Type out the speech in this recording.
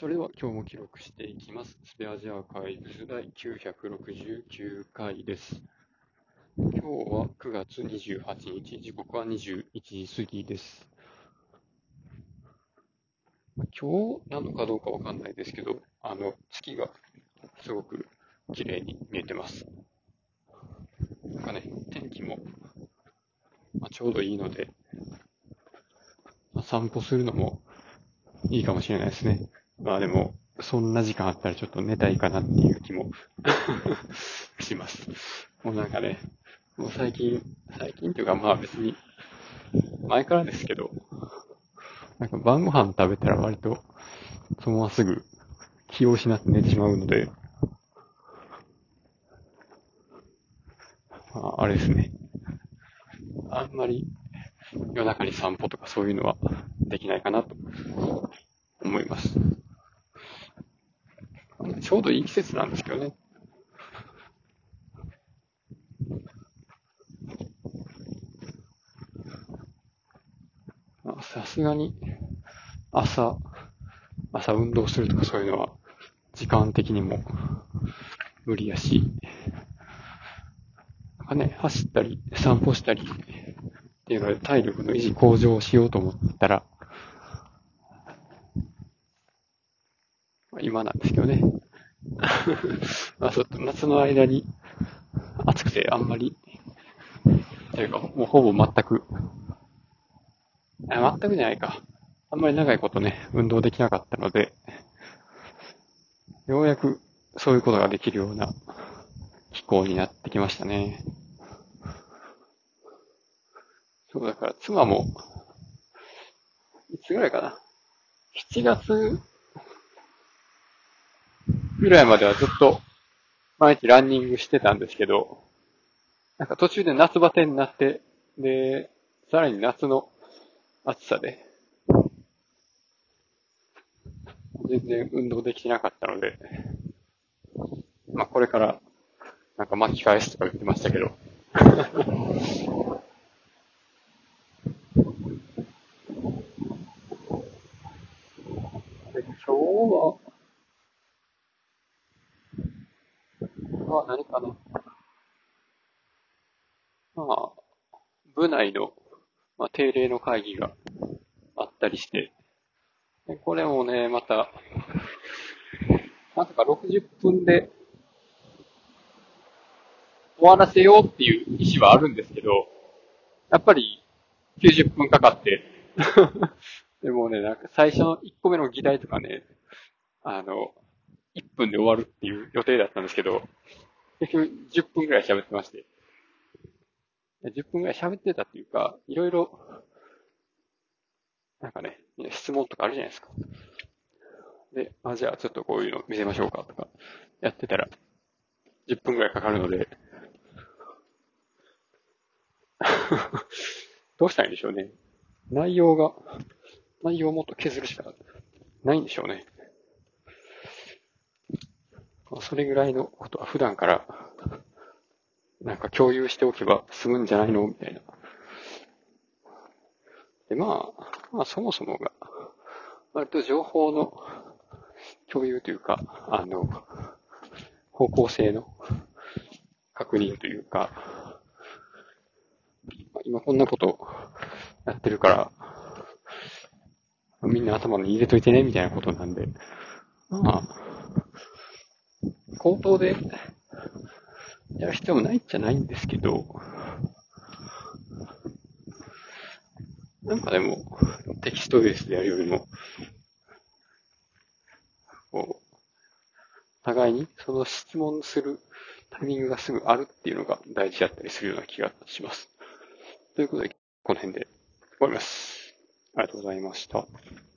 それでは今日も記録していきます。スペアジアーカイブス第969回です。今日は9月28日、時刻は21時過ぎです。今日なのかどうかわかんないですけど、月がすごく綺麗に見えてます。なんかね、天気も、ちょうどいいので、散歩するのもいいかもしれないですね。でも、そんな時間あったらちょっと寝たいかなっていう気もします。もうなんかね、もう最近というか別に前からですけど、なんか晩ご飯食べたら割とそのまますぐ気を失って寝てしまうので、あれですね。あんまり夜中に散歩とかそういうのはできないかなと思います。ちょうどいい季節なんですけどね。さすがに朝、朝運動するとかそういうのは時間的にも無理やし、なんかね、走ったり散歩したりっていうので体力の維持向上をしようと思ったら、今なんですけどね。ちょっと夏の間に暑くてあんまり、というかもうほぼ全くじゃないか。あんまり長いことね、運動できなかったので、ようやくそういうことができるような気候になってきましたね。そうだから妻も、いつぐらいかな。7月ぐらいまではずっと毎日ランニングしてたんですけど、なんか途中で夏バテになって、で、さらに夏の暑さで、全然運動できなかったので、これからなんか巻き返すとか言ってましたけど、で今日は何かな。まあ、部内の、定例の会議があったりして、でこれもね、まさか60分で終わらせようっていう意思はあるんですけど、やっぱり90分かかって、でもね、なんか最初の1個目の議題とかね、1分で終わるっていう予定だったんですけど、結局10分くらい喋ってまして、10分くらい喋ってたっていうか、いろいろ、なんかね、質問とかあるじゃないですか。で、じゃあちょっとこういうの見せましょうかとか、やってたら、10分くらいかかるので、どうしたらいいんでしょうね。内容が、内容をもっと削るしかないんでしょうね。それぐらいのことは普段からなんか共有しておけば済むんじゃないのみたいな。で、そもそもが、割と情報の共有というか、方向性の確認というか、今こんなことやってるから、みんな頭に入れといてね、みたいなことなんで、まあ、口頭でやる必要もないっちゃないんですけど、なんかでも、テキストベースでやるよりも、こう、互いにその質問するタイミングがすぐあるっていうのが大事だったりするような気がします。ということで、この辺で終わります。ありがとうございました。